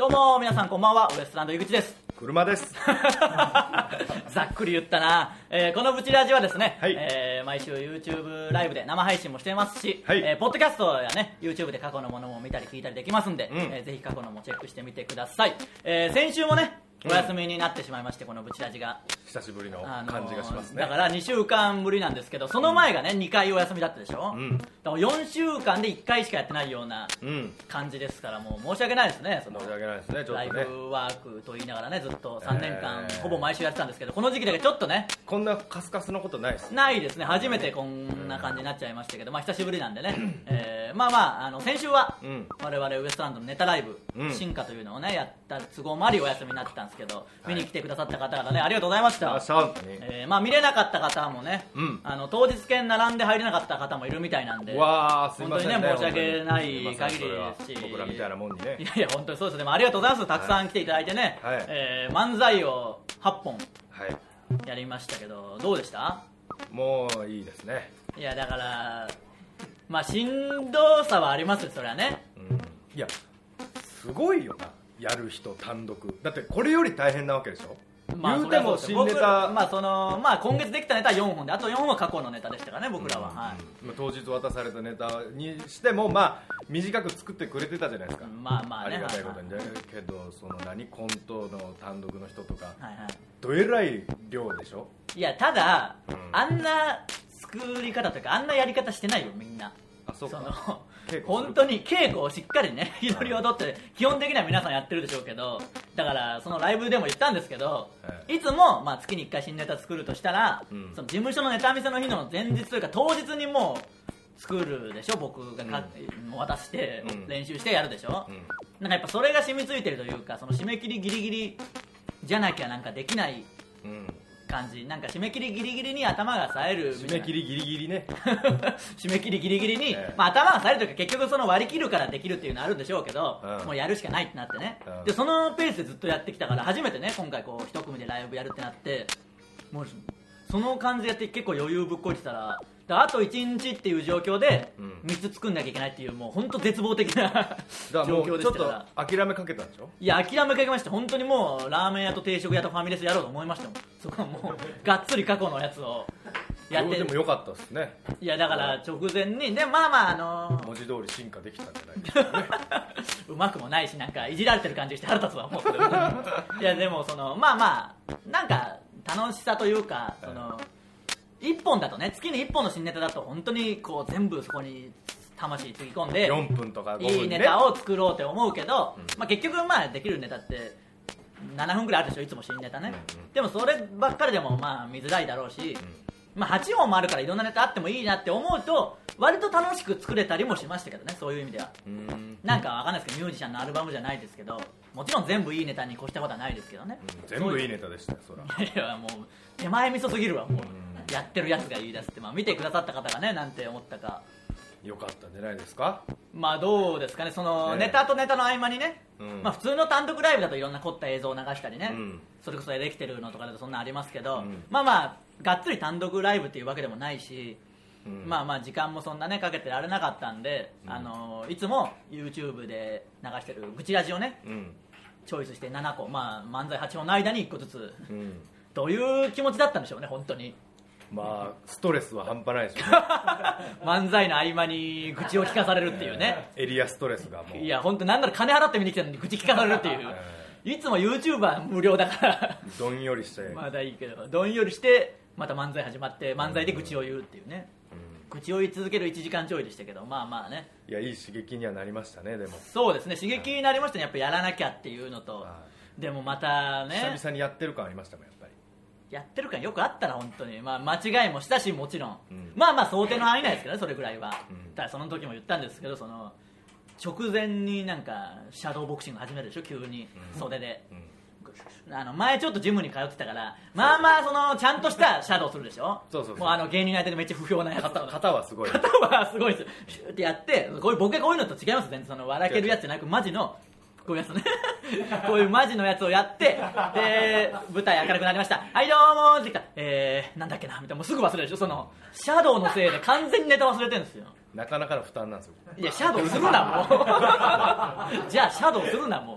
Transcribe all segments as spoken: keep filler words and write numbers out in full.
どうも皆さんこんばんは、ウエストランド井口です。 車ですざっくり言ったな、えー、このブチラジはですね、 はい、 えー、毎週 YouTube ライブで生配信もしていますし、 はい、 えー、ポッドキャストやね YouTube で過去のものも見たり聞いたりできますんで、うん、えー、ぜひ過去のもチェックしてみてください。えー、先週もねお休みになってしまいまして、このブチラジが久しぶりの感じがしますね。 だからにしゅうかんぶりなんですけど、その前がね、うん、にかいお休みだったでしょ、うん、だからよんしゅうかんでいっかいしかやってないような感じですから、もう申し訳ないですね。その申し訳ないですね、ちょっとね、 ライブワークと言いながらね、ずっとさんねんかん、えー、ほぼ毎週やってたんですけど、この時期だけちょっとね、 こんなカスカスのことないですね。 ないですね、初めてこんな感じになっちゃいましたけど、まあ久しぶりなんでね、えー、まあまあ、あの先週は、うん、我々ウエストランドのネタライブ、うん、進化というのをねやった都合もありお休みになってたんですけど、見に来てくださった方々ね、ありがとうございました。えー、まあ見れなかった方もね、うん、あの当日券並んで入れなかった方もいるみたいなんで、 わー、すい本当にね、申し訳ない限りですし、 僕らみたいなもんにね、 いやいや本当にそうですね、ありがとうございます。たくさん来ていただいてね、はい、えー、漫才をはっぽんやりましたけど、どうでした？ もういいですね。 いやだからまあしんどさはありますよ、それはね、うん、 いやすごいよな、やる人単独だってこれより大変なわけでしょ。まあ、言うても新ネタ、 まあそのまあ、今月できたネタよんほんで、あとよんほんは過去のネタでしたからね、僕らは、うん、はい、 当日渡されたネタにしても、まあ、短く作ってくれてたじゃないですか、 まあまあね、 ありがたいことに、はいはい、けどその何コントの単独の人とか、はいはい、どえらい量でしょ。 いやただ、うん、あんな作り方というか、あんなやり方してないよみんな。 あ、そうか、 その本当に稽古をしっかりね、一人踊って基本的には皆さんやってるでしょうけど、だからそのライブでも言ったんですけど、はい、いつも、まあ、月にいっかい新ネタ作るとしたら、うん、その事務所のネタ見せの日の前日というか当日にもう作るでしょ、僕がか、うん、渡して練習してやるでしょ、うん、なんかやっぱそれが染みついてるというか、その締め切りギリギリじゃなきゃなんかできない感じ、なんか締め切りギリギリに頭が冴えるみたいな、 締め切りギリギリね締め切りギリギリに、ええ、まあ、頭が冴えるというか結局その割り切るからできるっていうのはあるんでしょうけど、うん、もうやるしかないってなってね、うん、でそのペースでずっとやってきたから初めてね今回こう一組でライブやるってなって、もうその感じでやって結構余裕ぶっこいてたら、あといちにちっていう状況でみっつ作んなきゃいけないっていう、もう本当絶望的な状況でしたから、ちょっと諦めかけたんでしょ。 いや諦めかけました、本当にもうラーメン屋と定食屋とファミレスやろうと思いましたもん。そこはもうがっつり過去のやつをやってでもよかったですね。 いやだから直前にでまあまああのー、 文字通り進化できたんじゃないですかねうまくもないし、なんかいじられてる感じして腹立つわ、もういやでもそのまあまあなんか楽しさというか、そのいっぽんだとね、月にいっぽんの新ネタだと本当にこう全部そこに魂つぎ込んでよんぷんとかごふん、ね、 いいネタを作ろうって思うけど、うん、まあ、結局まあできるネタってななふんくらいあるでしょ、いつも新ネタね、うんうん、でもそればっかりでもまあ見づらいだろうし、うん、まあ、はちほんもあるからいろんなネタあってもいいなって思うと割と楽しく作れたりもしましたけどね、そういう意味では。うん、なんかわかんないですけどミュージシャンのアルバムじゃないですけど、もちろん全部いいネタに越したことはないですけどね、 うん、全部いいネタでしたよ、そら。 いやもう手前味噌すぎるわ、もう、うん、やってるやつが言い出すって、まあ、見てくださった方がねなんて思ったか。 よかったんじゃないですか。 まあどうですかね、その、ね、ネタとネタの合間にね、うん、まあ、普通の単独ライブだといろんな凝った映像を流したりね、うん、それこそエレキテルのとかだとそんなありますけど、うん、まあまあがっつり単独ライブっていうわけでもないし、うん、まあまあ時間もそんなねかけてられなかったんで、うん、あのいつも YouTube で流してる愚痴ラジをね、うん、チョイスしてななこ、まあ、漫才はちほんの間にいっこずつ、うん、どういう気持ちだったんでしょうね本当に。 まあストレスは半端ないですよね漫才の合間に愚痴を聞かされるっていうね、 エリアストレスがもう、 いや本当なんなら金払って見に来たのに愚痴聞かされるっていういつも YouTuber 無料だからどんよりしてまだいいけど、どんよりしてまた漫才始まって漫才で愚痴を言うっていうね、うん、愚痴を言い続けるいちじかんちょいでしたけど、まあまあね、 いやいい刺激にはなりましたね。でもそうですね、刺激になりましたね、やっぱやらなきゃっていうのと、でもまたね久々にやってる感ありましたもん、やっぱりやってる感よくあったら本当に、まあ、間違いもしたしもちろん、うん、まあまあ想定の範囲内ですけどね、それぐらいは、うん、ただその時も言ったんですけど、その直前になんかシャドーボクシング始めるでしょ急に、うん、袖で、うん、あの前ちょっとジムに通ってたからまあまあそのちゃんとしたシャドーするでしょそうそうそう、 もうあの芸人の間でめっちゃ不評なやつ、 肩, 肩はすごい肩はすごいです、シューってやってこういう僕がこういうのと違います、全然その笑けるやつじゃなくマジのこういうやつねこういうマジのやつをやってで舞台明るくなりました、はいどうもって言ったら、えー、なんだっけなみたいな、もうすぐ忘れるでしょ、そのシャドウのせいで完全にネタ忘れてるんですよ。 なかなかの負担なんですよ。 いやシャドウするなもうじゃあシャドウするなも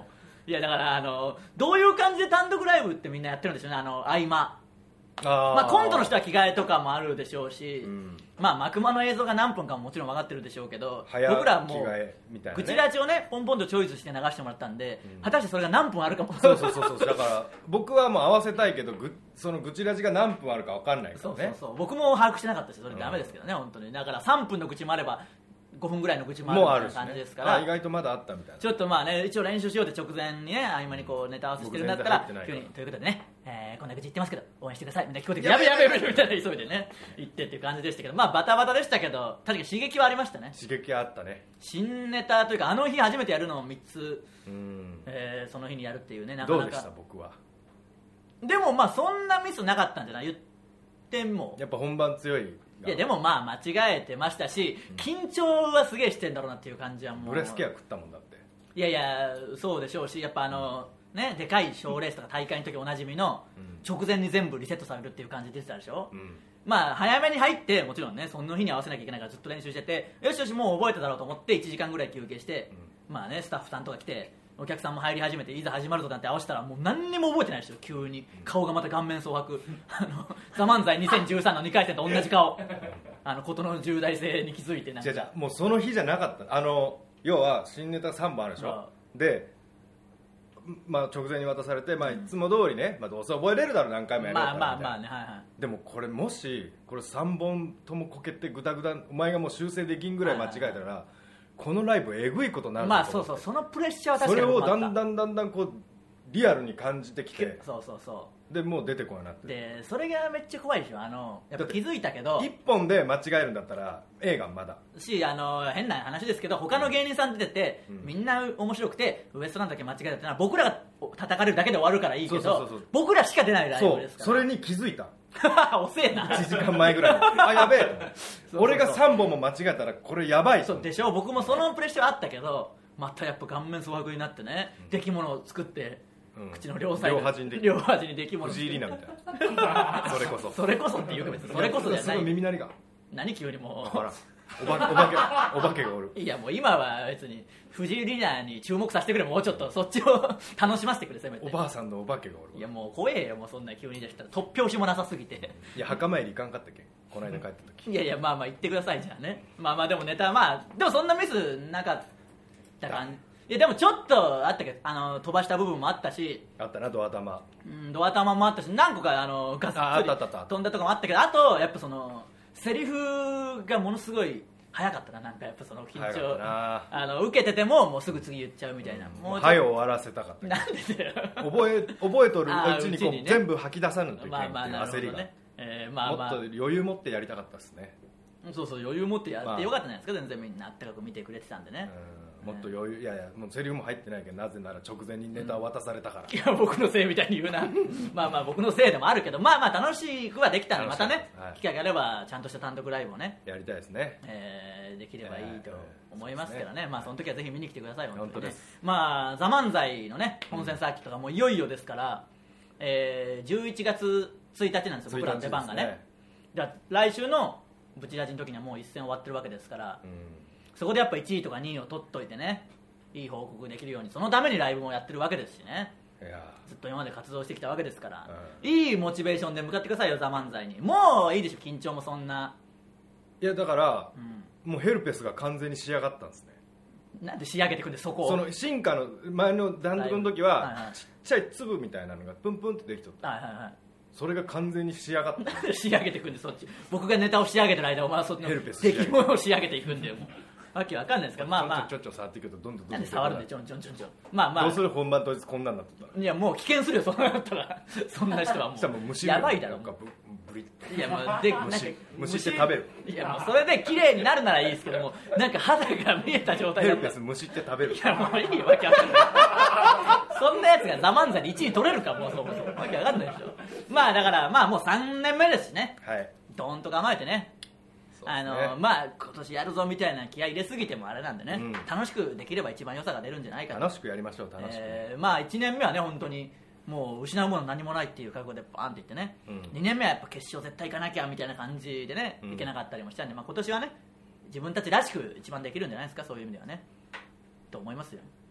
いやだからあのどういう感じで単独ライブってみんなやってるんでしょうね、あの合間。あ、まあ、コントの人は着替えとかもあるでしょうし、うん、まあ幕間の映像が何分かももちろん分かってるでしょうけど、僕らはもうグチラジをねポンポンとチョイスして流してもらったんで、うん、果たしてそれが何分あるかも。 そうそうそうそうだから僕はもう合わせたいけどぐそのグチラジが何分あるか分かんないからね。 そうそうそう僕も把握してなかったしそれダメですけどね、うん、本当にだからさんぷんの愚痴もあればごふんぐらいの愚痴もあるみたいな感じですから、 ね、意外とまだあったみたいな。 ちょっとまあね一応練習しようって直前にね合間にこうネタ合わせしてるんだったら急にということでね、えー、こんな愚痴言ってますけど応援してくださいみたいな聞こえてきてやべやべやべみたいな急いでね言ってっていう感じでしたけど、まあバタバタでしたけど確かに刺激はありましたね。 刺激はあったね。 新ネタというかあの日初めてやるのをみっつ、うんえー、その日にやるっていうね。なかなかどうでした僕は。 でもまあそんなミスなかったんじゃない。言ってもやっぱ本番強い。 いやでもまあ間違えてましたし、うん、緊張はすげえしてんだろうなっていう感じはもうブレスケア食ったもんだって。 いやいやそうでしょうしやっぱあの、うん、ねでかい賞レースとか大会の時おなじみの、うん、直前に全部リセットされるっていう感じで出てたでしょ、うん、まあ早めに入ってもちろんねその日に合わせなきゃいけないからずっと練習しててよしよしもう覚えただろうと思っていちじかんぐらい休憩して、うん、まあねスタッフさんとか来てお客さんも入り始めていざ始まるぞなんて合わせたらもう何にも覚えてないですよ。急に顔がまた顔面蒼白あのザ漫才にせんじゅうさんのにかい戦と同じ顔あの事の重大性に気づいてなんかじゃもうその日じゃなかった。あの要は新ネタさんぼんあるでしょ。で、まあ、直前に渡されて、まあ、いつも通りね、まあ、どうせ覚えれるだろう何回もやるからみたいな、まあまあまあねはいはい、でもこれもしこれさんぼんともこけてグダグダお前がもう修正できんぐらい間違えたら、はいはい、このライブえぐいことになる。 まあそうそうそのプレッシャーは確かにそれをだんだんだんだんこうリアルに感じてきてそうそうそうでもう出てこなくなってでそれがめっちゃ怖いでしょ。あのやっぱ気づいたけどいっぽんで間違えるんだったら映画まだしあの変な話ですけど他の芸人さん出てて、うん、みんな面白くてウエストランドだけ間違えたってのは僕らが叩かれるだけで終わるからいいけど僕らしか出ないライブですから。 そうそれに気づいた遅えな。 いちじかんまえぐらいにあやべえ俺がさんぼんも間違えたらこれやばい。 そうでしょ。僕もそのプレッシャーあったけどまたやっぱ顔面蒼白になってね、うん、出来物を作ってうん、口の両サイド両端にでき両端にできもの藤井里奈みたいなそれこそそれこそっていうか別にそれこそじゃない。 すごい耳鳴りが何急にもうほらおばおばけお化けがおる。 いやもう今は別に藤井里奈に注目させてくれ。もうちょっとそっちを楽しませてくれせめて。 おばあさんのお化けがおる。 いやもう怖えよもうそんな急に出したら突拍子もなさすぎて。 いや墓参り行かんかったっけこの間帰った時。 いやいやまあまあ言ってくださいじゃあね。まあまあでもネタまあでもそんなミスなかった感じ。いやでもちょっとあったけどあの飛ばした部分もあったしあったなドア玉、 うん、ドア玉もあったし何個かあのガスッと飛んだとかもあったけどあとやっぱそのセリフがものすごい早かったな。なんかやっぱその緊張あの受けててももうすぐ次言っちゃうみたいな、 うん、もう早終わらせたかった。 なんでだよ覚え覚えとるうちにこう、ね、全部吐き出さぬといけないっていう焦りが、ねえーまあまあ、もっと余裕持ってやりたかったですね。 そうそう余裕持ってやってよかったじゃないですか、まあ、全然みんなあったかく見てくれてたんでね、 うん、もっと余裕いやいやもうセリフも入ってないけどなぜなら直前にネタを渡されたから、 うん、いや僕のせいみたいに言うなまあまあ僕のせいでもあるけどまあまあ楽しくはできたのでまたね、はい、機会があればちゃんとした単独ライブをねやりたいですね、 えー、できればいいと思いますけどね、えー、まあその時はぜひ見に来てください。 本当に、ね、 まあ「ザ漫才のね本戦サーキットがもういよいよですから、えー、じゅういちがつついたちなんですよ僕らの出番がね。だから来週のブチラジの時にはもう一戦終わってるわけですから、うん、そこでやっぱいちいとかにいを取っといてねいい報告できるようにそのためにライブもやってるわけですしね。いやずっと今まで活動してきたわけですから、うん、いいモチベーションで向かってくださいよザ漫才に。もういいでしょ緊張もそんな。 いやだから、うん、もうヘルペスが完全に仕上がったんですね。 なんで仕上げていくんでそこをその進化の前の単独の時は、はいはい、ちっちゃい粒みたいなのがプンプンってできとった、はいはいはい、それが完全に仕上がった仕上げていくんでそっち僕がネタを仕上げてる間お前はそっちの出来物を仕上げていくんだよもうわけわかんないですからまあまあちょっちょ触っていくとどんどんどんどんなんで触るんでちょんちょんちょんちょんまあまあどうする本番当日こんなんなってたらいやもう危険するよそんなだったらそんな人はもうやばいだろいやもうで虫虫して食べるいやもうそれで綺麗になるならいいですけどもなんか肌が見えた状態だったらヘルペス虫って食べるいやもういいよわけわかんないそんなやつがザ漫才でいちい取れるかもうそもそもわけわかんないでしょ。まあだからまあもうさんねんめですしね、はい、ドーンと構えてねあのまあ今年やるぞみたいな気合い入れすぎてもあれなんでね、うん、楽しくできれば一番良さが出るんじゃないかと。 楽しくやりましょう楽しく、 えー、まあいちねんめはね本当にもう失うもの何もないっていう覚悟でバーンっていってね、うん、にねんめはやっぱ決勝絶対行かなきゃみたいな感じでね、うん、行けなかったりもしたんで、まあ、今年はね自分たちらしく一番できるんじゃないですかそういう意味ではねと思いますよ。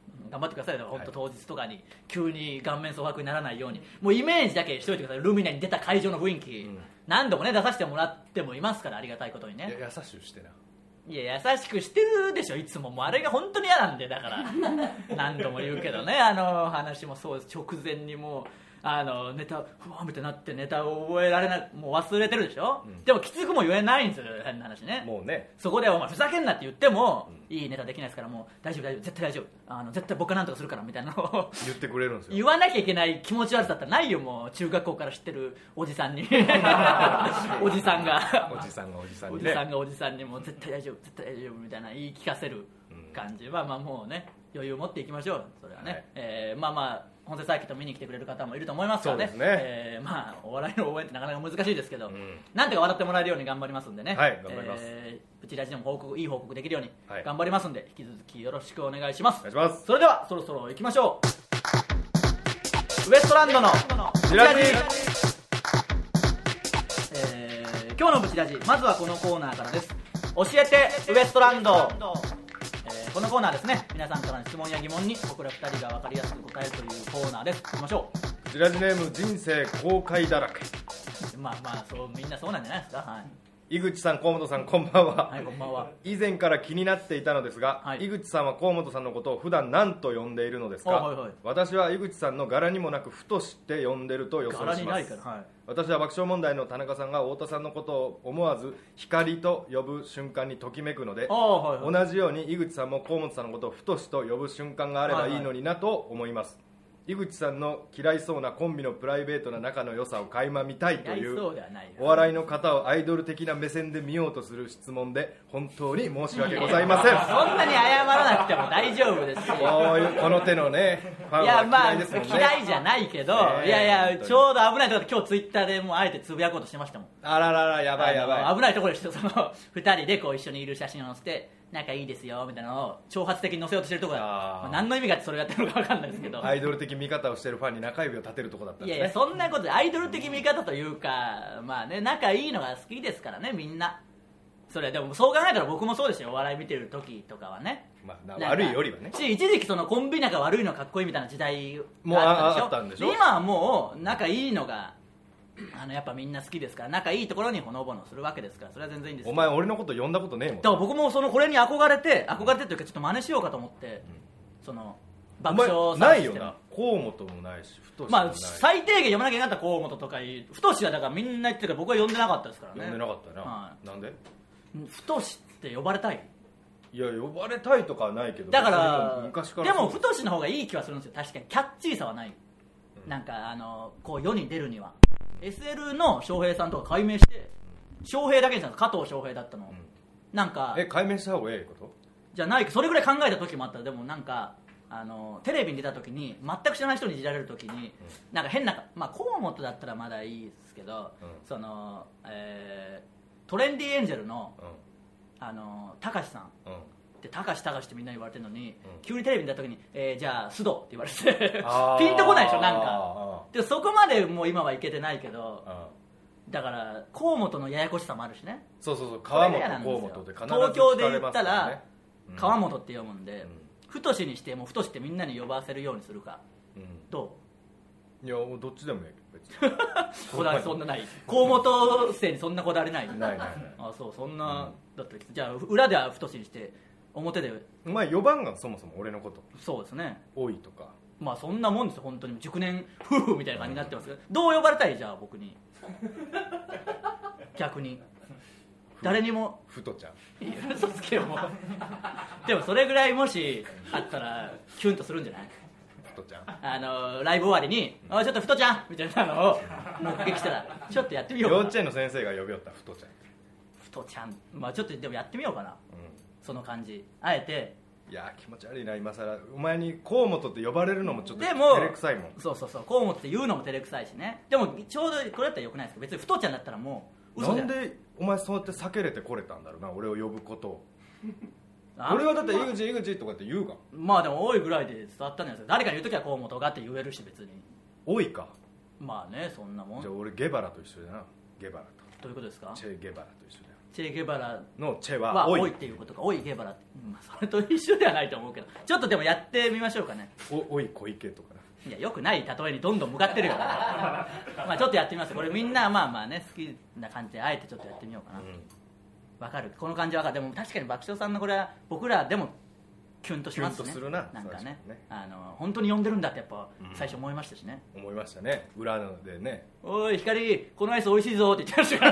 頑張ってくださいよ、本当当日とかに急に顔面蒼白にならないように、もうイメージだけしといてください。ルミネに出た会場の雰囲気、うん、何度もね出させてもらってもいますから、ありがたいことにね。 いや優しくしてな。 いや優しくしてるでしょいつも。もうあれが本当に嫌なんで、だから何度も言うけどね、あの話もそうです。直前にもうあのネタふわーみたいになってネタを覚えられない、もう忘れてるでしょ、うん、でもきつくも言えないんですよ、変な話ね。 もうね、 そこでお前ふざけんなって言っても、うん、いいネタできないですから、もう大丈夫大丈夫絶対大丈夫、あの絶対僕はなんとかするからみたいなのを言ってくれるんですよ。 言わなきゃいけない気持ち悪さだったらないよ、もう中学校から知ってるおじさんにおじさんがおじさんがおじさんに、 ね、おじさんがおじさんにもう絶対大丈夫絶対大丈夫みたいな言い聞かせる感じは、うん、まあもうね余裕を持っていきましょう、それはね、はい、えー、まあまあ本瀬サーキット見に来てくれる方もいると思いますからね。そうですね、えー、まあお笑いの応援ってなかなか難しいですけど、うん、なんとか笑ってもらえるように頑張りますんでね。 はい、頑張ります。 えー、プチラジでも報告いい報告できるように頑張りますんで、はい、引き続きよろしくお願いします。 お願いします。 それではそろそろ行きましょう。ウエストランドのプチラジ、えー、今日のプチラジ、まずはこのコーナーからです。教えてウエストランド。このコーナーですね、皆さんからの質問や疑問に僕らふたりが分かりやすく答えるというコーナーです。いきましょう。ジラジネーム人生後悔だらけ。 まあまあそう、みんなそうなんじゃないですか。はい、 井口さん、河本さん、こんばんは。 はい、こんばんは。 以前から気になっていたのですが、はい、井口さんは河本さんのことを普段何と呼んでいるのですか？はいはい、私は井口さんの柄にもなくふとしって呼んでると予想します。柄にないから、はい、私は爆笑問題の田中さんが太田さんのことを思わず光と呼ぶ瞬間にときめくので、はいはい、同じように井口さんも河本さんのことをふとしと呼ぶ瞬間があればいいのになと思います。はいはい、井口さんの嫌いそうなコンビのプライベートな仲の良さを垣間見たいというお笑いの方をアイドル的な目線で見ようとする質問で本当に申し訳ございません。 そんなに謝らなくても大丈夫ですよ。 こういうこの手のねファンは嫌いですもんね。 いやまあ嫌いじゃないけど、いやいやちょうど危ないところで今日ツイッターでもうあえてつぶやこうとしてましたもん。 あらららやばいやばい、危ないところでそのふたりでこう一緒にいる写真を載せて仲いいですよみたいなのを挑発的に載せようとしてるところだ。まあ、何の意味があってそれをやってるのか分かんないですけど、 アイドル的見方をしてるファンに中指を立てるところだったんですね。 いやいやそんなことで、アイドル的見方というか、まあね、仲いいのが好きですからねみんな。それでもそう考えたら僕もそうですよ、お笑い見てる時とかはね。 まあ、悪いよりはね。 一時期そのコンビ仲悪いのかっこいいみたいな時代があったんでしょ。 で今はもう仲いいのがあのやっぱみんな好きですから、仲いいところにほのぼのするわけですから、それは全然いいんですけど。 お前俺のこと呼んだことねえもん。 だから僕もそのこれに憧れて憧れてというかちょっと真似しようかと思って、うん、その爆笑さないよな。河本もないし太もない。 まあ最低限読まなきゃいけなかった河本とか太はだからみんな言ってるから僕は呼んでなかったですからね。 呼んでなかったな、 はい、 なんで太って呼ばれたい。 いや呼ばれたいとかはないけど、 だから昔からでも太の方がいい気はするんですよ。確かにキャッチーさはない、うん、なんかあのこう世に出るには エスエル の翔平さんとか解明して翔平だけじゃなくて加藤翔平だったの、うん、なんかえ解明した方がいいことじゃないか、それぐらい考えた時もあった。でもなんかあのテレビに出た時に全く知らない人にいじられる時に、うん、なんか変な、まあ河本だったらまだいいですけど、うん、その、えー、トレンディエンジェルの、うん、あのたかしさん、うんでたかしたかしってみんな言われてるのに、うん、急にテレビに出た時に、えー、じゃあ須藤って言われてピンとこないでしょなんか。でそこまでもう今はいけてないけど、だから河本のややこしさもあるしね。 そうそうそう、川本河本で必ず東京で言ったら、うん、川本って読むんで、太、うん、にしても太ってみんなに呼ばせるようにするか、うん、どう？いやどっちでもいいけど別にこだわりそんなない。河本生にそんなこだわりない。 ないないない。 あそうそんな、うん、だってじゃあ裏では太にして表でお前よばんがそもそも俺のことそうですね多いとか、 まあそんなもんですよ本当に。熟年夫婦みたいな感じになってますけど、うん、どう呼ばれたい？じゃあ僕に逆に誰にもふとちゃん。 いや嘘つけよもうでもそれぐらいもしあったらキュンとするんじゃない？ ふとちゃんあのライブ終わりに「あちょっとふとちゃん」みたいなのを目撃したらちょっとやってみようかな。 幼稚園の先生が呼びよったふとちゃん。 ふとちゃん、まあちょっとでもやってみようかな、うん、その感じあえて。 いや気持ち悪いな今さらお前に河本って呼ばれるのもちょっと照れくさいもん。 そうそうそう河本って言うのも照れくさいしね。でもちょうどこれだったらよくないですか？別にふとちゃんだったらもう嘘じゃない。 なんでお前そうやって避けれてこれたんだろうな俺を呼ぶことを俺はだって井口井口とかって言うか。 まあでも多いぐらいで伝わったんじゃないですか。誰かに言うときは河本がって言えるし別に多いか。 まあねそんなもん。 じゃあ俺ゲバラと一緒だな。ゲバラとどういうことですか？ チェ・ゲバラと一緒だよ。 チェゲバラのチェは多いっていうことか、多いゲバラって、まあ、それと一緒ではないと思うけど、ちょっとでもやってみましょうかね。 お多い小池とかいやよくない例えにどんどん向かってるよまあちょっとやってみます。これみんなまあまあね好きな感じであえてちょっとやってみようかな。わ、うん、かるこの感じわかる。でも確かに爆笑さんのこれは僕らでもキュンとしますね。 キュンとするな。 なんかね、あの本当に呼んでるんだってやっぱ最初思いましたしね、 うん、思いましたね。裏のでね、 おい光このアイス美味しいぞって言ってました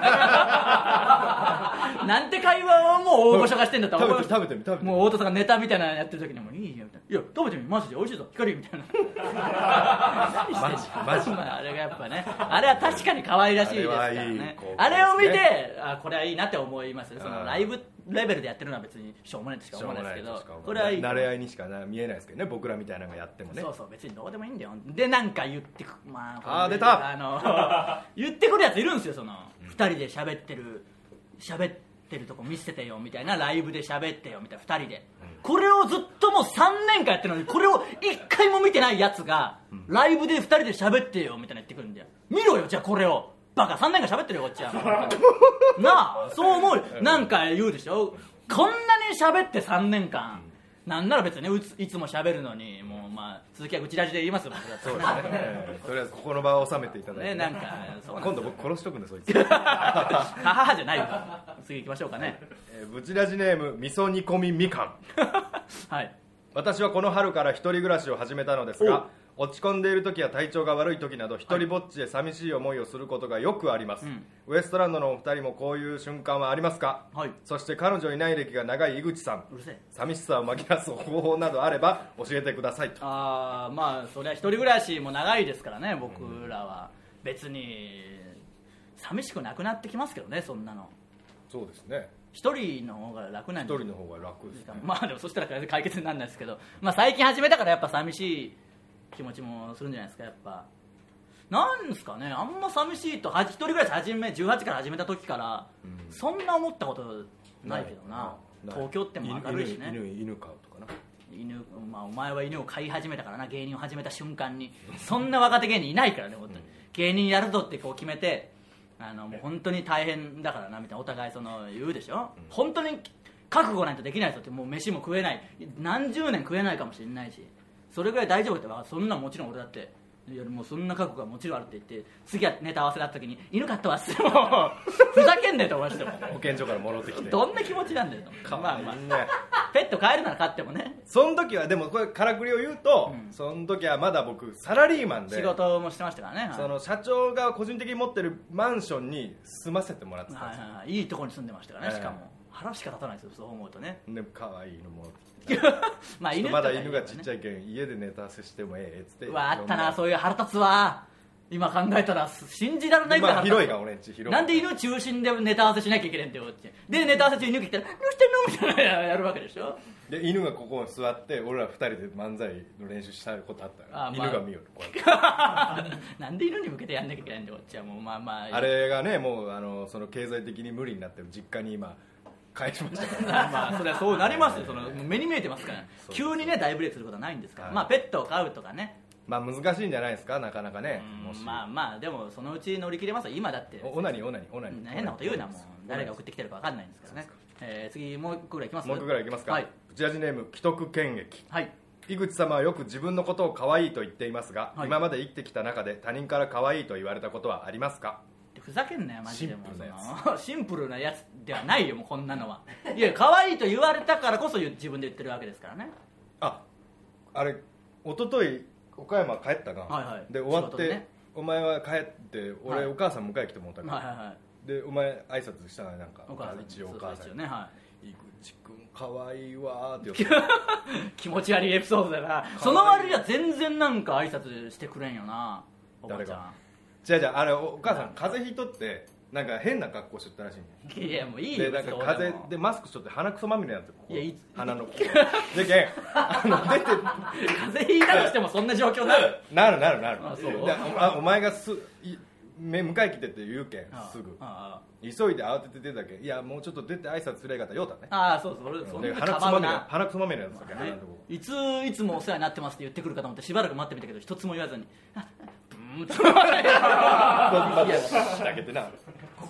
からなんて会話をもう大御所がしてんだって思いました。 食べてみ食べてみ。 もう太田さんがネタみたいなのやってる時にもいいよみたいな、いや食べてみマジで美味しいぞ光みたいなマジマジ、 まあ、あれがやっぱね、あれは確かに可愛らしいですからね。あれはいい、ね、あれを見てあこれはいいなって思います。そのライブレベルでやってるのは別にしょうもないとしか思わないですけど、これはいい慣れ合いにしか見えないですけどね、僕らみたいなのがやってもね。 そうそう別にどうでもいいんだよ。でなんか言ってく、まああ出たあの言ってくるやついるんですよ。その、うん、ふたりで喋ってる喋ってるとこ見せてよみたいな、ライブで喋ってよみたいなふたりで、うん、これをずっともうさんねんかんやってるのにこれをいっかいも見てないやつが、うん、ライブでふたりで喋ってよみたいな言ってくるんだよ。見ろよじゃあこれをバカさんねんかん喋ってるよこっちはなあそう思う。なんか言うでしょ、こんなに喋ってさんねんかん、うん、なんなら別にねいつも喋るのにもうまあ続きはうちラジで言いますよ僕だって。 そうですねとりあえずここの場を収めていただいて、ね、 なんかそうなん今度僕殺しとくんでそいつはははじゃないよ。次行きましょうかね。 えー、ブチラジネーム味噌煮込みみかんはい、 私はこの春から一人暮らしを始めたのですが、落ち込んでいる時や体調が悪い時など一人ぼっちで寂しい思いをすることがよくあります、うん、ウエストランドのお二人もこういう瞬間はありますか、はい、そして彼女いない歴が長い井口さん、 うるせえ寂しさを紛らわす方法などあれば教えてくださいと。 あまあそれは一人暮らしも長いですからね僕らは、うん、別に寂しくなくなってきますけどねそんなの。 そうですね、 一人の方が楽なんで一人の方が楽です、ね、 まあでもそしたら解決にならないですけど、まあ、最近始めたからやっぱ寂しい気持ちもするんじゃないですか。やっぱなんですかね、あんま寂しいと一人暮らし始めじゅうはちから始めた時から、うん、そんな思ったことないけどな。東京っても明るいしね。 犬, 犬, 犬飼うとかな。 犬、まあ、お前は犬を飼い始めたからな。芸人を始めた瞬間にそんな若手芸人いないからね本当に、うん、芸人やるぞってこう決めてあのもう本当に大変だからなみたいなお互いその言うでしょ、うん、本当に覚悟ないとできないぞって。もう飯も食えない、何十年食えないかもしれないし、それぐらい大丈夫って分かる。そんなもちろん俺だっていやもうそんな覚悟がもちろんあるって言って次はネタ合わせだった時に犬飼ったわってもふざけんねえと思いましたもん保健所から戻ってきてどんな気持ちなんだよと。まあまあペット飼えるなら飼ってもね。 その時はでもこれからくりを言うと、うん、その時はまだ僕サラリーマンで仕事もしてましたからね。 その社長が個人的に持ってるマンションに住ませてもらってたんですよ、 はいはいはい、いいところに住んでましたからね、えー、しかも腹しか立たないですよそう思うとね。 で可愛い犬もまあ犬まだ犬がちっちゃいけん家でネタ合わせしてもええっつって。 うわあったなそういう腹立つわ。今考えたら信じられないぐらい腹立つ、まあ、広いが俺んち広い。 なんで犬中心でネタ合わせしなきゃいけないんだよってでネタ合わせ中犬来たらどうしてんのみたいなやるわけでしょ。 で犬がここに座って俺らふたりで漫才の練習したことあったら、まあ、犬が見よるなんで犬に向けてやんなきゃいけないんだよこっちはもうまあまああれがねもうあのその経済的に無理になって実家に今返しましたからまあそれはそうなりますよ。その目に見えてますから急にね大ブレイクすることはないんですから、はい、まあペットを飼うとかねまあ難しいんじゃないですかなかなかね。 もしまあまあでもそのうち乗り切れますよ今だって。 オナニーオナニーオナニー変なこと言うなもう誰が送ってきてるか分かんないんですからね。えー、次もう一個ぐらいいきます。 もう一個ぐらいいきますか。はい、プチラジネーム既得権益、 はい、 井口様はよく自分のことを可愛いと言っていますが、はい、今まで生きてきた中で他人から可愛いと言われたことはありますか。 ふざけんなよマジで。もうシンプルなやつではないよもうこんなのは。いや可愛いと言われたからこそ自分で言ってるわけですからね。 ああれ一昨日岡山帰ったが、はいはい、で終わって、ね、お前は帰って俺、はい、お母さん迎え来てもらったから、はいはいはい、でお前挨拶したらなんかお母さん一応お母さんに、ねはい、井口君可愛いわーって言って気持ち悪いエピソードだな。その割には全然なんか挨拶してくれんよなおばちゃん。 違う違うあれお母さん風邪ひいとってなんか変な格好しとったらしいね。いやもういいよ。 でなんか風邪でマスクしとって鼻くそまみれになってここいやい鼻のでけんあの出て風邪ひいたとしてもそんな状況になるなるなるなるあそうで お, お前がす迎え来てって言うけんすぐああ急いで慌てて出たけんいやもうちょっと出て挨拶すればよかったようたね。 ああそうそう俺そんな鼻くそまみれ鼻くそまみれなんですよね。 いついつもお世話になってますって言ってくるかと思ってしばらく待ってみたけど一つも言わずにブーンとだけてな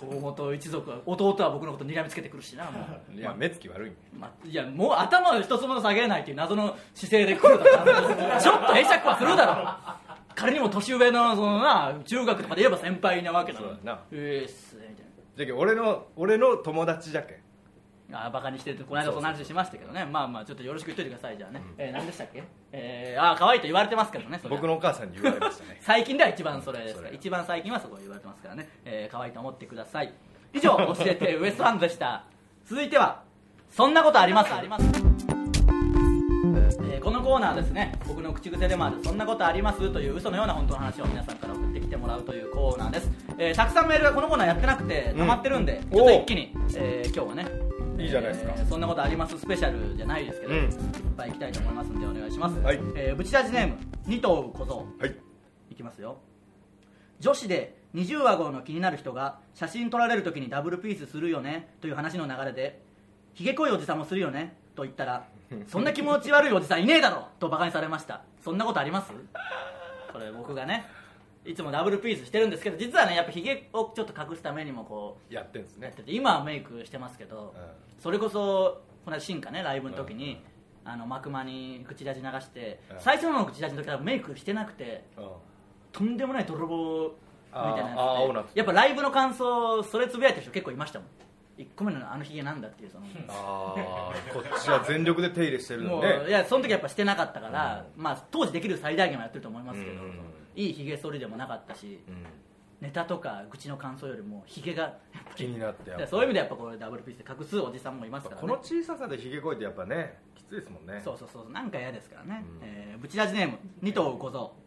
河本一族は弟は僕のことにらみつけてくるしなもういや、まあ、目つき悪い、 まあ、いやもう頭を一つも下げないという謎の姿勢で来るからちょっと会釈はするだろう仮にも年上 の, そのな中学とかで言えば先輩なわけだそうだなえー、っすねみたいなじゃけ俺の俺の友達じゃけんあバカにしてるってこの間その話しましたけどねまあまあちょっとよろしく言っといてくださいじゃあね、うんえー、何でしたっけ、えー、あ可愛いと言われてますけどねそれ僕のお母さんに言われましたね最近では一番それですから一番最近はそこ言われてますからね、えー、可愛いと思ってください以上教えてウエストランドでした続いてはそんなことありますあります、えー、このコーナーですね僕の口癖でもあるそんなことありますという嘘のような本当の話を皆さんから送ってきてもらうというコーナーです、えー、たくさんメールがこのコーナーやってなくて溜まってるんで、うん、ちょっと一気に、えー、今日はねいいじゃないですか、 えー、そんなことありますスペシャルじゃないですけど、うん、いっぱい行きたいと思いますんでお願いします、はいえー、ブチラジネーム二頭小僧、はい、いきますよ女子で二重顎の気になる人が写真撮られるときにダブルピースするよねという話の流れでひげ濃いおじさんもするよねと言ったらそんな気持ち悪いおじさんいねえだろとバカにされましたそんなことありますこれ僕がねいつもダブルピースしてるんですけど実はねやっぱひげをちょっと隠すためにもこうやってんですね今はメイクしてますけど、うん、それこそこの間進化ねライブの時に、うん、あの幕間に口ラジ流して、うん、最初の口ラジの時はメイクしてなくて、うん、とんでもない泥棒みたいなやつでやっぱライブの感想それつぶやいてる人結構いましたもんいっこめのあのひげなんだっていうそのあこっちは全力で手入れしてるのねいやその時やっぱしてなかったから、うん、まあ当時できる最大限はやってると思いますけど、うんうんうんいいひげ剃りでもなかったし、うん、ネタとか愚痴の感想よりもひげがやっぱ気になってやっぱそういう意味でやっぱこれダブルピースで隠すおじさんもいますからねこの小ささでひげこいてやっぱねきついですもんねそうそうそうなんか嫌ですからね、うんえー、ブチラジネーム二頭小僧、はい、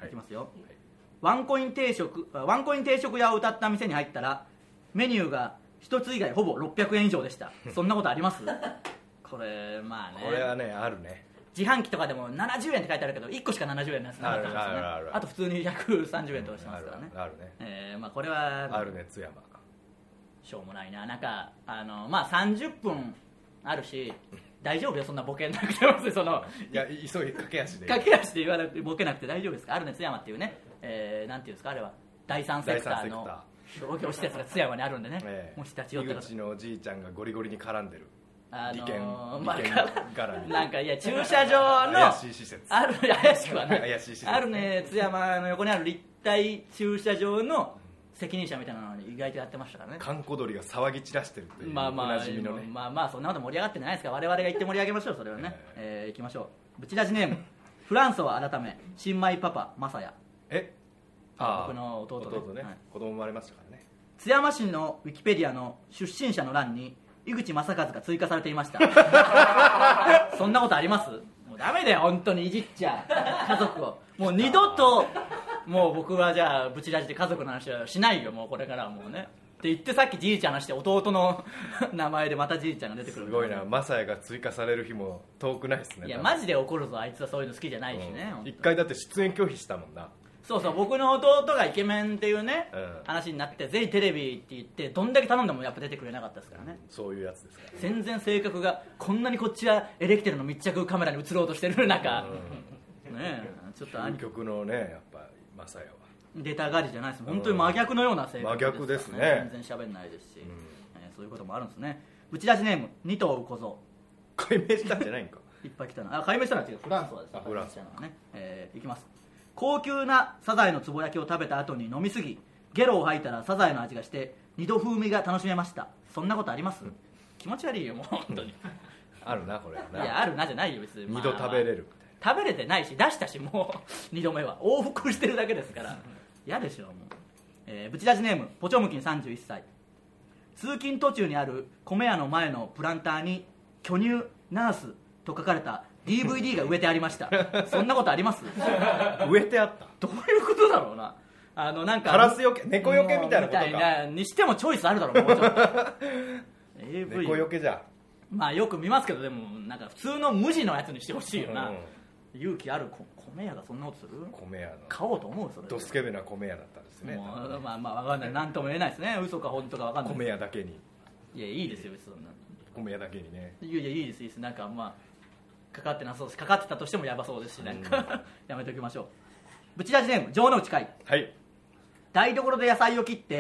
いきますよ、はい、ワンコイン定食ワンコイン定食屋を歌った店に入ったらメニューが一つ以外ほぼろっぴゃくえん以上でしたそんなことありますこれまあねこれはねあるね自販機とかでもななじゅうえんって書いてあるけどいっこしかななじゅうえんのやつなかったんですよね あ, あ, あと普通にひゃくさんじゅうえんとかしてますからね、 うん、あるね、 えーまあ、これはあるね津山しょうもないななんかあの、まあ、さんじゅっぷんあるし大丈夫よそんなボケなくてもそのいや急い駆け足で駆け足で言わなくてボケなくて大丈夫ですかあるね津山っていうね、えー、なんていうんですかあれは第三セクターの商業施設が津山にあるんでね、えー、もし立ち寄ったら井口のおじいちゃんがゴリゴリに絡んでるあのー、 利権まあ、 利権絡みなんかいや駐車場の怪しい施設ある怪しくはない怪しい施設あるね津山の横にある立体駐車場の責任者みたいなのに意外とやってましたからね閑古鳥が騒ぎ散らしてるというまあまあおなじみのねまあまあそんなこと盛り上がってないですから我々が言って盛り上げましょうそれはね、えーえー、行きましょうブチラジネームフランソは改め新米パパマサヤえあ僕の弟 ね, 弟ね、はい、子供生まれましたからね津山市のウィキペディアの出身者の欄に井口正和が追加されていましたそんなことあります？もうダメだよ本当にいじっちゃ家族をもう二度ともう僕はじゃあブチラジで家族の話はしないよもうこれからはもうねって言ってさっきじいちゃんのして弟の名前でまたじいちゃんが出てくるすごいなマサヤが追加される日も遠くないですねいやマジで怒るぞあいつはそういうの好きじゃないしね一、うん、回だって出演拒否したもんなそうそう僕の弟がイケメンっていうね、うん、話になってぜひテレビって言ってどんだけ頼んでもやっぱ出てくれなかったですからね、 うん、そういうやつですから、ね、 全然性格がこんなにこっちはエレキテルの密着カメラに映ろうとしてる中、うん、ねえちょっと究極のねやっぱマサヤは出たがりじゃないです本当に真逆のような性格です、ね、 真逆ですね全然喋んないですし、うんえー、そういうこともあるんですねブチラジネーム二頭小僧解明したんじゃないんかいっぱい来たなあ解明したのは違うフランスはですねフランスのね、えー、いきます高級なサザエのつぼ焼きを食べた後に飲みすぎゲロを吐いたらサザエの味がして二度風味が楽しめましたそんなことあります、うん、気持ち悪いよもう本当にあるなこれいやあるなじゃないよ別に二度食べれる、 まあ、食べれてないし出したしもう二度目は往復してるだけですから嫌でしょもう、えー、ブチラジネームポチョムキンさんじゅういっさい通勤途中にある米屋の前のプランターに巨乳ナースと書かれた ディーブイディー が植えてありましたそんなことあります植えてあったどういうことだろうなあのなんかカラスよけ猫よけみたいなことかみたいなにしてもチョイスあるだろうもうちょっとエーブイ 猫よけじゃまあよく見ますけどでもなんか普通の無地のやつにしてほしいよな、うん、勇気ある米屋がそんなことする米屋の買おうと思うそれドスケベな米屋だったんですねまあまあ分かんない何とも言えないですね嘘か本当か分かんない米屋だけにいやいいですよ別にそんな米屋だけにねいやいやいいですいいですなんかまあかかってなそうですかかってたとしてもやばそうですしなんか、うん、やめておきましょうブチラジネーム城之内海、 はい、 台所で野菜を切って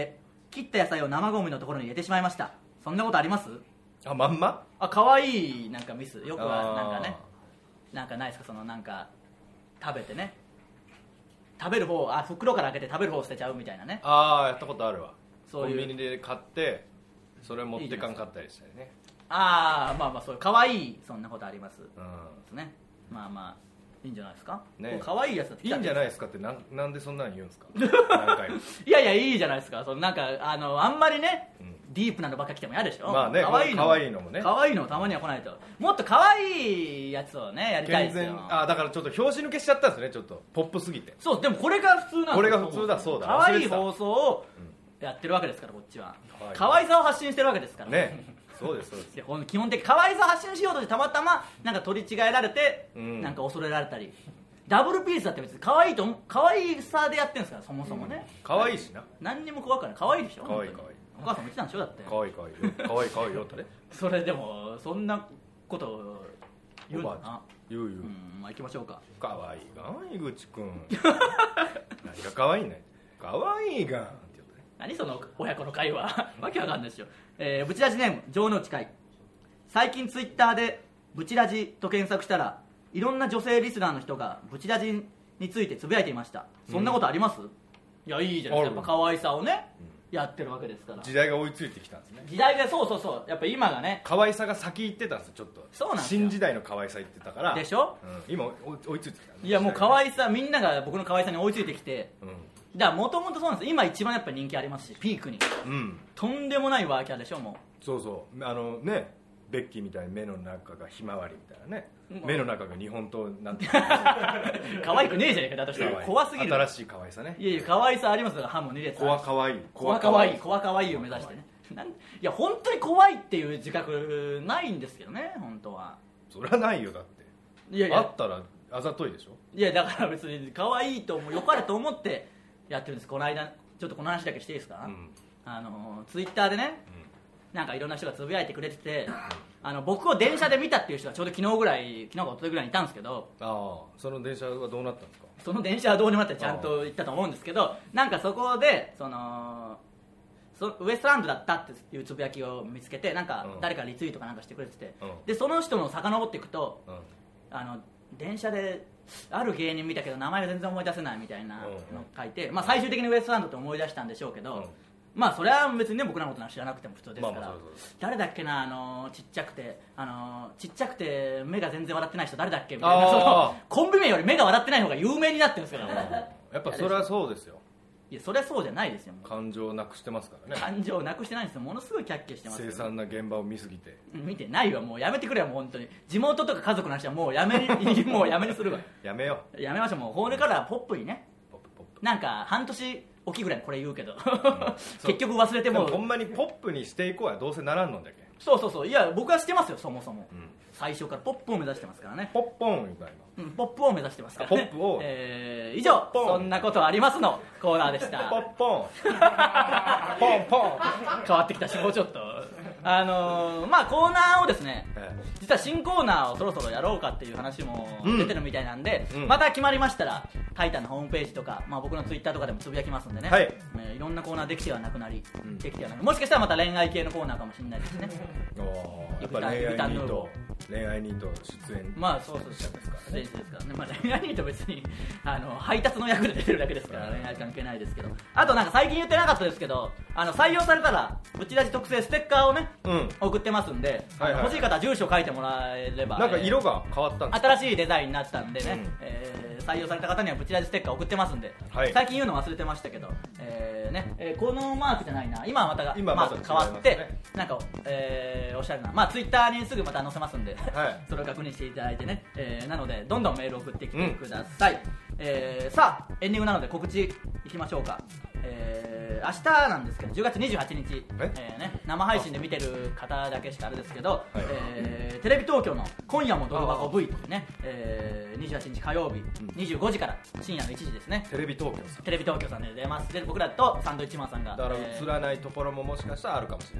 切った野菜を生ゴミのところに入れてしまいました。そんなことあります？ あ、まんま？ あ、可愛いなんかミスよくはなんかね、なんかないですか、そのなんか食べてね、食べる方、あ、袋から開けて食べる方捨てちゃうみたいなね。 ああ、やったことあるわ。 そういうコンビニで買ってそれ持ってかんかったりしたりね。 ああ、まあまあそういう可愛い、そんなことあります。うんですね。まあまあいいんじゃないですか。ね、可愛いやつだっていいんじゃないですかって、なんなんでそんなの言うんですか。何回いやいや、いいじゃないですか。そのなんかあのあんまりね、うん、ディープなのばっか来ても嫌でしょ。 まあね、可愛いの可愛いのもね、 可愛いのたまには来ないと。もっと可愛いやつをねやりたいですよ。 あ、だからちょっと拍子抜けしちゃったんですね、ちょっとポップすぎて。 そう、でもこれが普通なんですよ。 これが普通だ。そうだ、 可愛い放送をやってるわけですから、こっちは可愛さを発信してるわけですからね。そうですそうです。 で、基本的に可愛さを発信しようとしてたまたまなんか取り違えられて、うん、なんか恐れられたり。ダブルピースだって別に可愛いと可愛さでやってるんですから、そもそもね。 うん、可愛いしな。 何にも怖くない。可愛いでしょ。 可愛い可愛い。 お母さんも言ってたんでしょ、だって。 可愛い可愛いよ。可愛い可愛いよってね。 それでもそんなこと言うんだな。 言う言う。うん、 まあ行きましょうか。 可愛いがん、井口くん。何が可愛いね。可愛いがんって言ったね。 何その親子の会話。わけわかんないですよ。えー、ブチラジネーム城之内海。最近ツイッターでブチラジと検索したらいろんな女性リスナーの人がブチラジについてつぶやいていました。そんなことあります？うん、いや、いいじゃないですか。やっぱ可愛さをね、うん、やってるわけですから。 時代が追いついてきたんですね。 時代が、そうそうそう、やっぱ今がね、 可愛さが先行ってたんですよ、ちょっと。 そうなんですよ。 新時代の可愛さ言ってたから。 でしょ、 うん、今追いついてきた、ね、 いやもう可愛さ、みんなが僕の可愛さに追いついてきて、うん、だからもともとそうなんです。今一番やっぱ人気ありますし、ピークに、うん、とんでもないワーキャーでしょ。もうそうそう、あのね、ベッキーみたいに目の中がひまわりみたいなね、目の中が日本刀なんて可愛くねえじゃねえか。だとしたら怖すぎる。 新しい可愛さね。 いやいや、可愛さありますから。歯もに列。 怖可愛い。 怖可愛い。怖可愛いを目指してね。なんいや本当に怖いっていう自覚ないんですけどね、本当は。 それはないよ、だって。いやいや、あったらあざといでしょ。 いやだから別に可愛いと思う、良かれと思ってやってるんです。この間ちょっとこの話だけしていいですか。うん、あのツイッターでね、うん、なんかいろんな人がつぶやいてくれてて、あの僕を電車で見たっていう人がちょうど昨日ぐらい、昨日か一昨日ぐらいにいたんですけど、 ああ、その電車はどうなったんですか。 その電車はどうにもなってちゃんと言ったと思うんですけど、なんかそこでそのそウエストランドだったっていうつぶやきを見つけて、なんか誰かリツイートかなんかしてくれてて、うん、でその人の遡っていくと、うん、あの電車である芸人見たけど名前が全然思い出せないみたいなのを書いて、うん、まあ、最終的にウエストランドって思い出したんでしょうけど、うん、まあそれは別にね、僕らのことは知らなくても普通ですから、まあ、まあそうそうそう、誰だっけな、あのちっちゃくてあのちっちゃくて目が全然笑ってない人誰だっけみたいな、そのコンビ名より目が笑ってない方が有名になってるんですから、ね、 やっぱそれはそうですよ。 いやそれはそうじゃないですよ。 感情をなくしてますからね。 感情をなくしてないんですよ。ものすごいキャッキャしてます、 凄惨な現場を見すぎて。 見てないわ、もうやめてくれよ、もう本当に。地元とか家族の話はもうやめにもうやめにするわ。 やめよう。やめましょう。もうこれからポップにね、ポップポップ、なんか半年おきぐらいこれ言うけど、うん、結局忘れてもほんまにポップにしていこうや、どうせならんのだけ。 そうそうそう、いや僕はしてますよ、そもそも、うん、最初からポップを目指してますからね。 ポッポンみたいな、 うん、ポップを目指してますからね。 ポップを、 えー、以上そんなことありますのコーナーでした。 ポッポンポンポン変わってきたし、もうちょっとあのー、まあコーナーをですね、ええ、実は新コーナーをそろそろやろうかっていう話も出てるみたいなんで、うん、また決まりましたらタイタンのホームページとか、まあ、僕のツイッターとかでもつぶやきますんでね、はい、えー、いろんなコーナーできてはなくなり、うん、できてはなく、もしかしたらまた恋愛系のコーナーかもしれないですね。 おやっぱ恋愛ニート恋愛ニート出演、 まあそうそうそうですからね、ですからね、まあ、恋愛ニート別にあの配達の役で出てるだけですから、恋愛関係ないですけど、あとなんか最近言ってなかったですけど、あの採用されたらブチラジ特製ステッカーをね、うん、送ってますんで、はいはい、欲しい方は住所書いてもらえれば、 なんか色が変わったんですか。 新しいデザインになったんでね、うん、えー、採用された方にはブチラジステッカー送ってますんで、はい、最近言うの忘れてましたけど、えーねえー、このマークじゃないな、今はまたマーク変わって、ね、なんか、えー、おしゃれな、まあ、ツイッターにすぐまた載せますんで、はい、それを確認していただいてね、えー、なのでどんどんメール送ってきてください、うん、えー、さあエンディングなので告知いきましょうか。えー、明日なんですけどじゅうがつにじゅうはちにち、えーね、生配信で見てる方だけしかあれですけど、はい、えー、テレビ東京の今夜も泥箱 V というね、えー、にじゅうはちにち火曜日、うん、にじゅうごじから深夜のいちじですね。 テレビ東京さん、 テレビ東京さんで出ます。で僕らとサンドウィッチマンさんがだから映らないところももしかしたらあるかもしれないというね。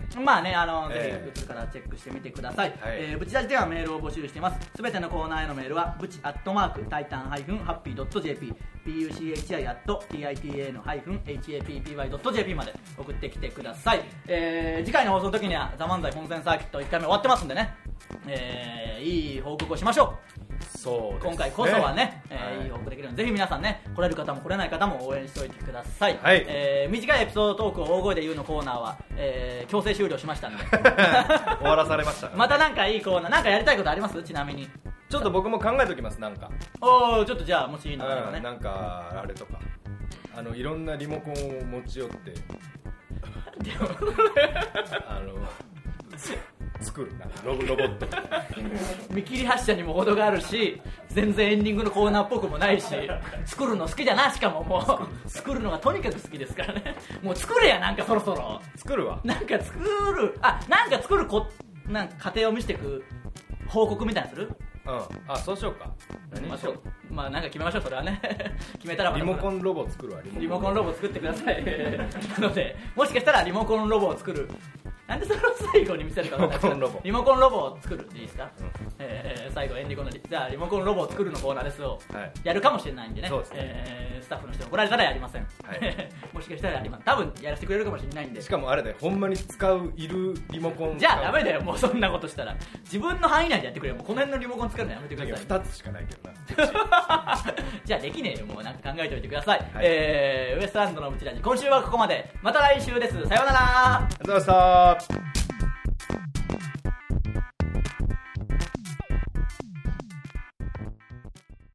まあね、あの、えー、ぜひ映るからチェックしてみてください。はい、えー、ブチラジではメールを募集しています。すべてのコーナーへのメールはブチアットマークタイタンハイフンハッピードットジェーピー ブチアットタイタンハイフンハッピードットジェーピー まで送ってきてください。えー、次回の放送の時にはザ・漫才本戦サーキットいっかいめ終わってますんでね、えー、いい報告をしましょう。 そうですね、今回こそはね、えーはい、いい報告できるので、ぜひ皆さんね、来れる方も来れない方も応援しておいてください。はい、えー、短いエピソードトークを大声で言うのコーナーは、えー、強制終了しましたんで終わらされました、ね、 またなんかいいコーナー、なんかやりたいことあります？ちなみにちょっと僕も考えておきます。なんかおー、ちょっとじゃあもしいいのあればね、 うん、なんかあれとか、あのいろんなリモコンを持ち寄ってあの作るな ロ, ロボット見切り発車にも程があるし、全然エンディングのコーナーっぽくもないし、作るの好きだな。しかももう作るのがとにかく好きですからね。もう作れや、なんかそろそろ作るわ。 なんか作る、あ、なんか作るこなんか過程を見せていく報告みたいなする。 うん、あ、そうしようか。 何ましょう。まあなんか決めましょう、それはね決めたらまたリモコンロボ作るわ。 リモコンロボ作ってくださいなので、もしかしたらリモコンロボを作る、なんでそれを最後に見せるか分からないですけど、リモコンロボを作るっていいですか、うん、えー、最後エンディングのじゃあリモコンロボを作るのコーナーですをやるかもしれないんでね、はい、えー、スタッフの人に怒られたらやりません、はい、もしかしたらやります。多分やらせてくれるかもしれないんで。 しかもあれだよ、ほんまに使ういるリモコンじゃあダメだよ、もうそんなことしたら自分の範囲内でやってくれよ。もうこの辺のリモコン使うのやめてください。 ふたつしかないけどなじゃあできねえよ、もうなんか考えておいてください、はい、えー、ウエストランドのブチラジ、今週はここまで。また来週です。さようなら。 ありがとうございました。